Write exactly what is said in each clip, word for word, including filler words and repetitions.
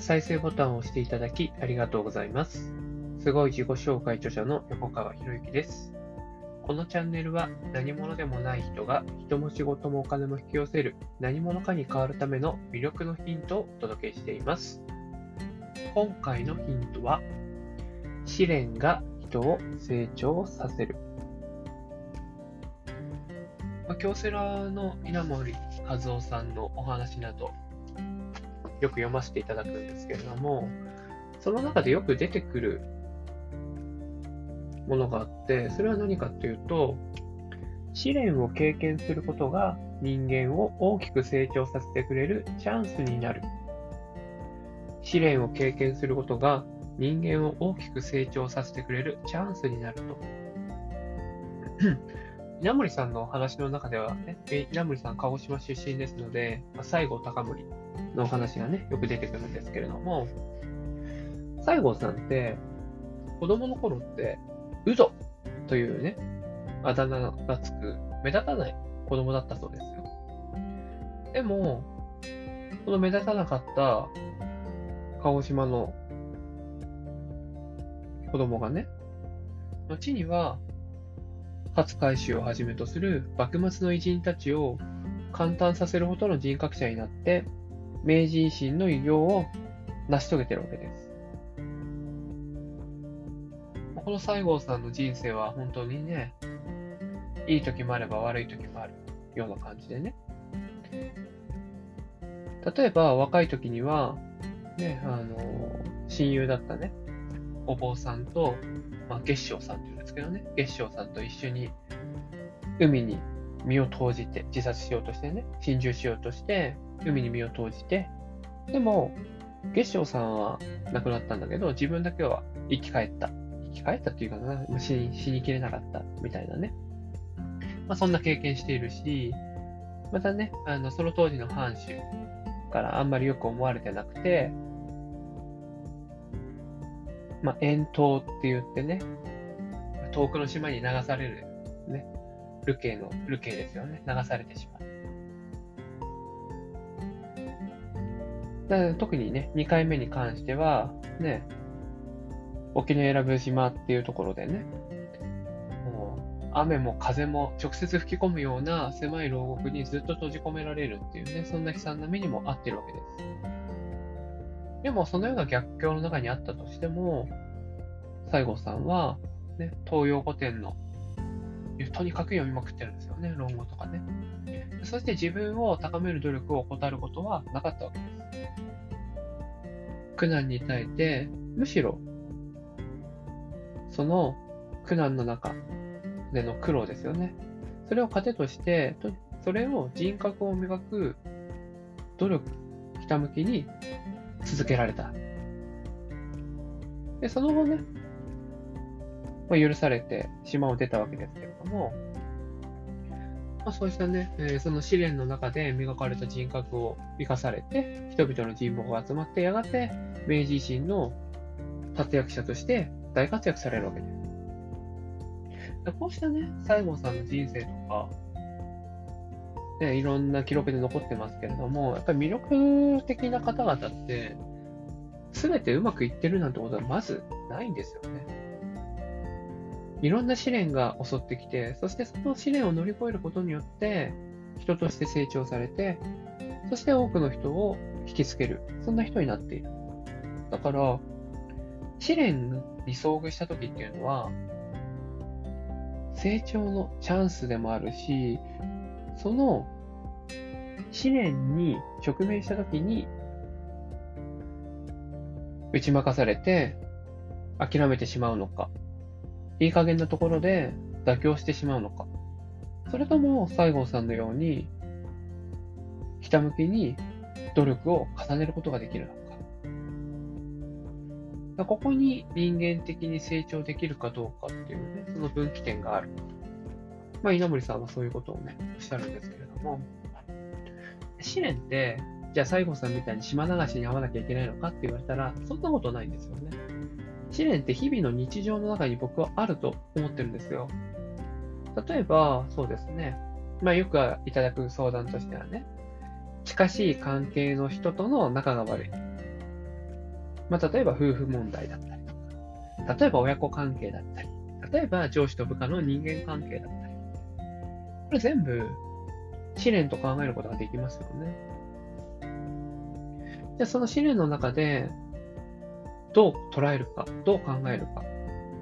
再生ボタンを押していただきありがとうございます。すごい自己紹介著者の横川博之です。このチャンネルは何者でもない人が人も仕事もお金も引き寄せる何者かに変わるための魅力のヒントをお届けしています。今回のヒントは、試練が人を成長させる。まあ、京セラの稲森和夫さんのお話などよく読ませていただくんですけれども、その中でよく出てくるものがあって、それは何かというと、試練を経験することが人間を大きく成長させてくれるチャンスになる。試練を経験することが人間を大きく成長させてくれるチャンスになると。稲森さんのお話の中ではね、稲森さん鹿児島出身ですので、西郷隆盛のお話がね、よく出てくるんですけれども、西郷さんって子供の頃ってウドというね、あだ名がつく目立たない子供だったそうですよ。でも、この目立たなかった鹿児島の子供がね、後には勝海舟をはじめとする幕末の偉人たちを感嘆させるほどの人格者になって、明治維新の偉業を成し遂げているわけです。この西郷さんの人生は本当にね、いい時もあれば悪い時もあるような感じでね。例えば若い時には、ね、あの、親友だったね、お坊さんと、まあ、月照さんっていうんですけどね、月照さんと一緒に海に身を投じて、自殺しようとしてね、心中しようとして、海に身を投じて、でも、月照さんは亡くなったんだけど、自分だけは生き返った。生き返ったっていうかな、死に、死にきれなかったみたいなね。まあ、そんな経験しているし、またね、あの、その当時の藩主からあんまりよく思われてなくて、まあ、遠島って言ってね、遠くの島に流される、ね、流刑の、流刑ですよね。流されてしまう。だから特にね、にかいめに関しては、ね、沖永良部島っていうところでね、もう雨も風も直接吹き込むような狭い牢獄にずっと閉じ込められるっていうね、そんな悲惨な目にも遭ってるわけです。でもそのような逆境の中にあったとしても、西郷さんは、ね、東洋古典のとにかく読みまくってるんですよね、論語とかね。そして自分を高める努力を怠ることはなかったわけです。苦難に耐えて、むしろその苦難の中での苦労ですよね。それを糧として、それを人格を磨く努力、ひたむきに続けられた。で、その後ね、まあ、許されて島を出たわけですけれども、まあ、そうしたね、えー、その試練の中で磨かれた人格を生かされて、人々の人望が集まって、やがて明治維新の立役者として大活躍されるわけです。こうしたね、西郷さんの人生とか、ね、いろんな記録で残ってますけれども、やっぱり魅力的な方々って、すべてうまくいってるなんてことはまずないんですよね。いろんな試練が襲ってきて、そしてその試練を乗り越えることによって、人として成長されて、そして多くの人を引きつける、そんな人になっている。だから、試練に遭遇した時っていうのは、成長のチャンスでもあるし、その試練に直面した時に、打ち負かされて諦めてしまうのか、いい加減なところで妥協してしまうのか、それとも西郷さんのようにひたむきに努力を重ねることができるのか。ここに人間的に成長できるかどうかっていうね、その分岐点がある。まあ、稲森さんはそういうことをね、おっしゃるんですけれども、試練って、じゃあ西郷さんみたいに島流しに遭わなきゃいけないのかって言われたら、そんなことないんですよね。試練って日々の日常の中に僕はあると思ってるんですよ。例えば、そうですね。まあよくいただく相談としてはね、近しい関係の人との仲が悪い。 まあ、例えば夫婦問題だったりとか、例えば親子関係だったり、例えば上司と部下の人間関係だったり、これ全部試練と考えることができますよね。じゃあその試練の中でどう捉えるか、どう考えるか。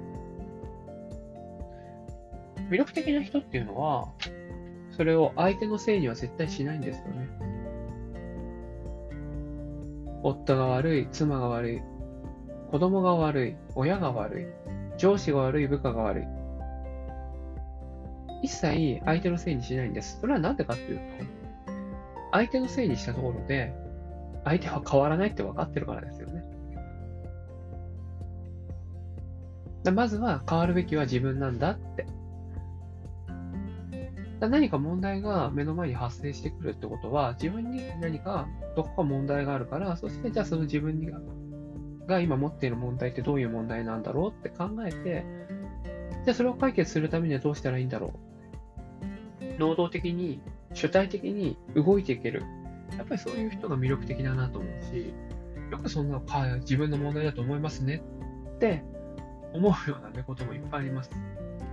魅力的な人っていうのは、それを相手のせいには絶対しないんですよね。夫が悪い、妻が悪い、子供が悪い、親が悪い、上司が悪い、部下が悪い。一切相手のせいにしないんです。それはなんでかっていうと、相手のせいにしたところで、相手は変わらないって分かってるからですよね。まずは変わるべきは自分なんだって。何か問題が目の前に発生してくるってことは、自分に何かどこか問題があるから、そしてじゃあその自分がが今持っている問題ってどういう問題なんだろうって考えて、じゃあそれを解決するためにはどうしたらいいんだろう。能動的に、主体的に動いていける。やっぱりそういう人が魅力的だなと思うし、よくそんなの自分の問題だと思いますねって思うような、ね、こともいっぱいあります。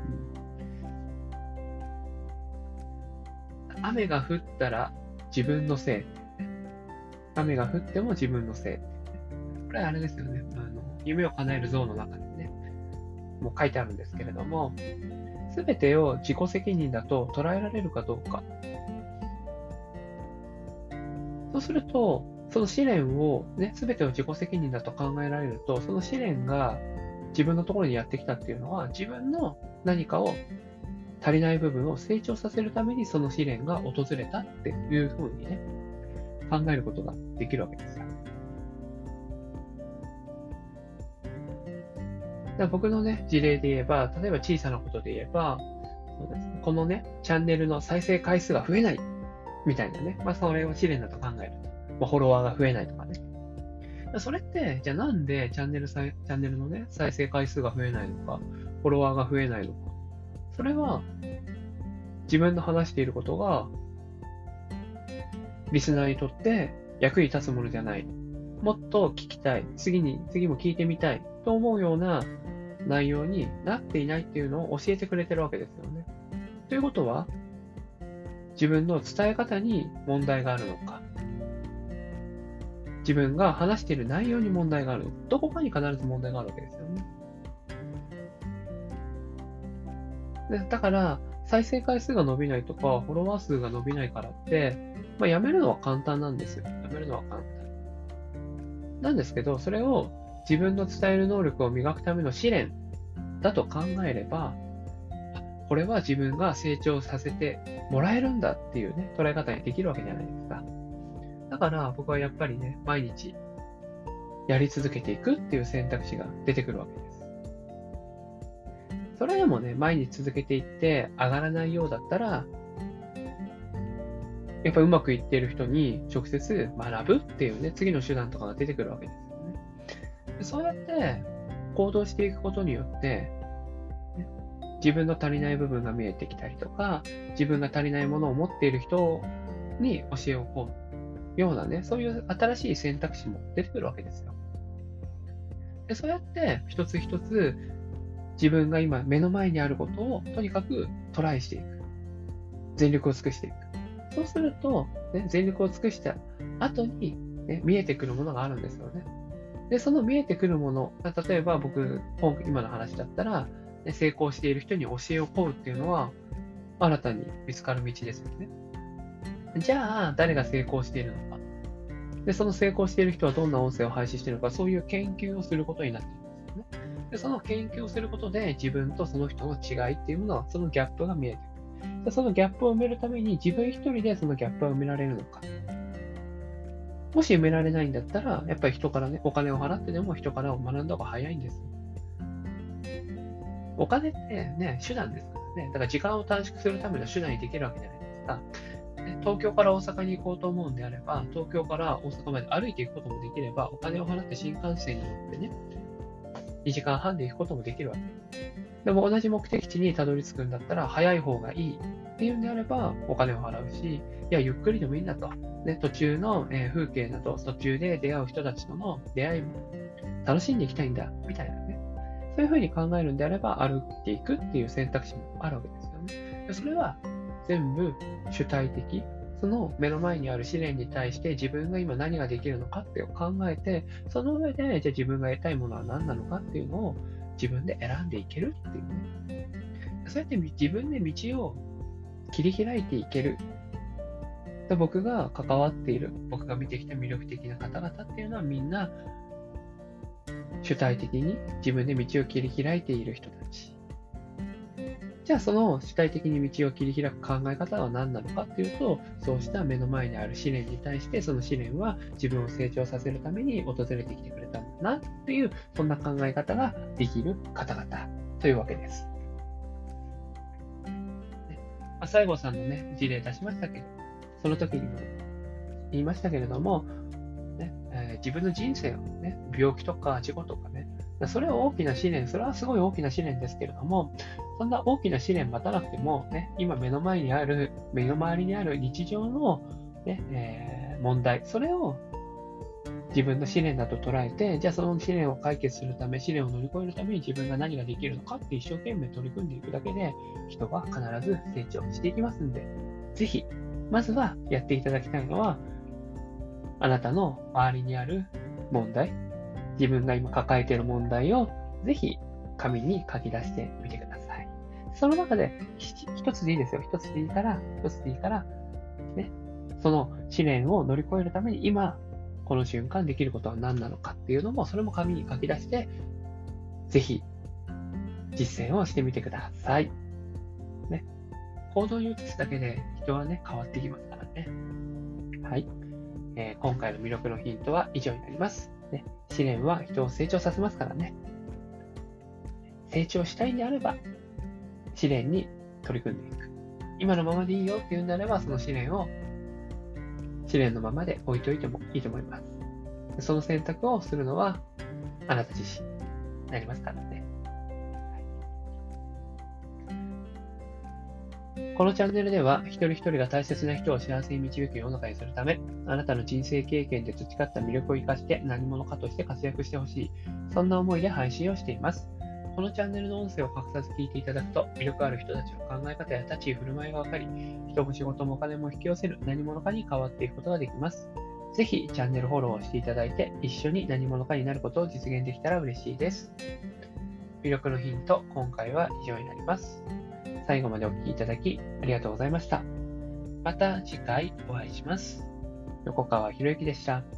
雨が降ったら自分のせい。雨が降っても自分のせい。これはあれですよね。あの夢を叶える像の中にね、もう書いてあるんですけれども、すべてを自己責任だと捉えられるかどうか。そうすると、その試練をね、すべてを自己責任だと考えられると、その試練が自分のところにやってきたっていうのは、自分の何かを足りない部分を成長させるためにその試練が訪れたっていうふうにね、考えることができるわけですよ。だから僕のね、事例で言えば、例えば小さなことで言えば、そうですね、このね、チャンネルの再生回数が増えないみたいなね、まあそれを試練だと考えると、まあ、フォロワーが増えないとかね。それって、じゃあなんでチャンネルさい、チャンネルのね、再生回数が増えないのか、フォロワーが増えないのか。それは、自分の話していることが、リスナーにとって役に立つものじゃない。もっと聞きたい。次に、次も聞いてみたい。と思うような内容になっていないっていうのを教えてくれてるわけですよね。ということは、自分の伝え方に問題があるのか、自分が話している内容に問題がある。どこかに必ず問題があるわけですよね。でだから、再生回数が伸びないとか、フォロワー数が伸びないからって、まあ、やめるのは簡単なんですよ。やめるのは簡単。なんですけど、それを自分の伝える能力を磨くための試練だと考えれば、これは自分が成長させてもらえるんだっていうね、捉え方にできるわけじゃないですか。だから僕はやっぱりね、毎日やり続けていくっていう選択肢が出てくるわけです。それでもね、毎日続けていって上がらないようだったら、やっぱうまくいっている人に直接学ぶっていうね、次の手段とかが出てくるわけですよね。でそうやって行動していくことによって、ね、自分の足りない部分が見えてきたりとか、自分が足りないものを持っている人に教えをこうようなね、そういう新しい選択肢も出てくるわけですよ。でそうやって一つ一つ自分が今目の前にあることをとにかくトライしていく。全力を尽くしていく。そうすると、ね、全力を尽くした後に、ね、見えてくるものがあるんですよね。で、その見えてくるもの、例えば僕、今の話だったら、ね、成功している人に教えを請うっていうのは、新たに見つかる道ですよね。じゃあ、誰が成功しているのか。で、その成功している人はどんな音声を配信しているのか、そういう研究をすることになっているんですよね。で、その研究をすることで、自分とその人の違いっていうものは、そのギャップが見えてくる。でそのギャップを埋めるために、自分一人でそのギャップは埋められるのか。もし埋められないんだったら、やっぱり人からね、お金を払ってでも人からを学んだ方が早いんですよ。お金ってね、手段ですからね。だから時間を短縮するための手段にできるわけじゃないですか。東京から大阪に行こうと思うんであれば、東京から大阪まで歩いていくこともできれば、お金を払って新幹線に乗ってね、にじかんはんで行くこともできるわけ。でも同じ目的地にたどり着くんだったら、早い方がいいっていうんであれば、お金を払うし、いや、ゆっくりでもいいんだと。ね、途中の、えー、風景など、途中で出会う人たちとの出会いも、 楽しんでいきたいんだ、みたいなね。そういうふうに考えるんであれば、歩いていくっていう選択肢もあるわけですよね。でそれは全部主体的。その目の前にある試練に対して自分が今何ができるのかっていうのを考えて、その上で、じゃあ自分が得たいものは何なのかっていうのを自分で選んでいけるっていうね。そうやって自分で道を切り開いていける。で僕が関わっている、僕が見てきた魅力的な方々っていうのはみんな主体的に自分で道を切り開いている人たち。じゃあその主体的に道を切り開く考え方は何なのかっていうと、そうした目の前にある試練に対して、その試練は自分を成長させるために訪れてきてくれたんだなっていう、そんな考え方ができる方々というわけです。ねまあ、西郷さんのね、事例出しましたけど、その時にも言いましたけれども、ねえー自分の人生をね、病気とか事故とかね、それは大きな試練、それはすごい大きな試練ですけれども、そんな大きな試練待たなくても、ね、今目の前にある、目の周りにある日常の、ねえー問題、それを自分の試練だと捉えて、じゃあその試練を解決するため、試練を乗り越えるために自分が何ができるのかって一生懸命取り組んでいくだけで、人は必ず成長していきますんで、ぜひ、まずはやっていただきたいのは、あなたの周りにある問題、自分が今抱えている問題をぜひ紙に書き出してみてください。その中で一つでいいですよ。一つでいいから、一つでいいから、ね、その試練を乗り越えるために今、この瞬間できることは何なのかっていうのも、それも紙に書き出して、ぜひ実践をしてみてください。ね、行動に移すだけで人はね、変わってきますからね。はい。えー今回の魅力のヒントは以上になります。ね、試練は人を成長させますからね。成長したいんであれば、試練に取り組んでいく。今のままでいいよっていうんであれば、その試練を試練のままで置いといてもいいと思います。その選択をするのはあなた自身になりますからね。このチャンネルでは、一人一人が大切な人を幸せに導く世の中にするため、あなたの人生経験で培った魅力を生かして何者かとして活躍してほしい、そんな思いで配信をしています。このチャンネルの音声を隠さず聞いていただくと、魅力ある人たちの考え方や立ち居振る舞いが分かり、人も仕事もお金も引き寄せる何者かに変わっていくことができます。ぜひチャンネルフォローをしていただいて、一緒に何者かになることを実現できたら嬉しいです。魅力のヒント、今回は以上になります。最後までお聞きいただきありがとうございました。また次回お会いします。横川博之でした。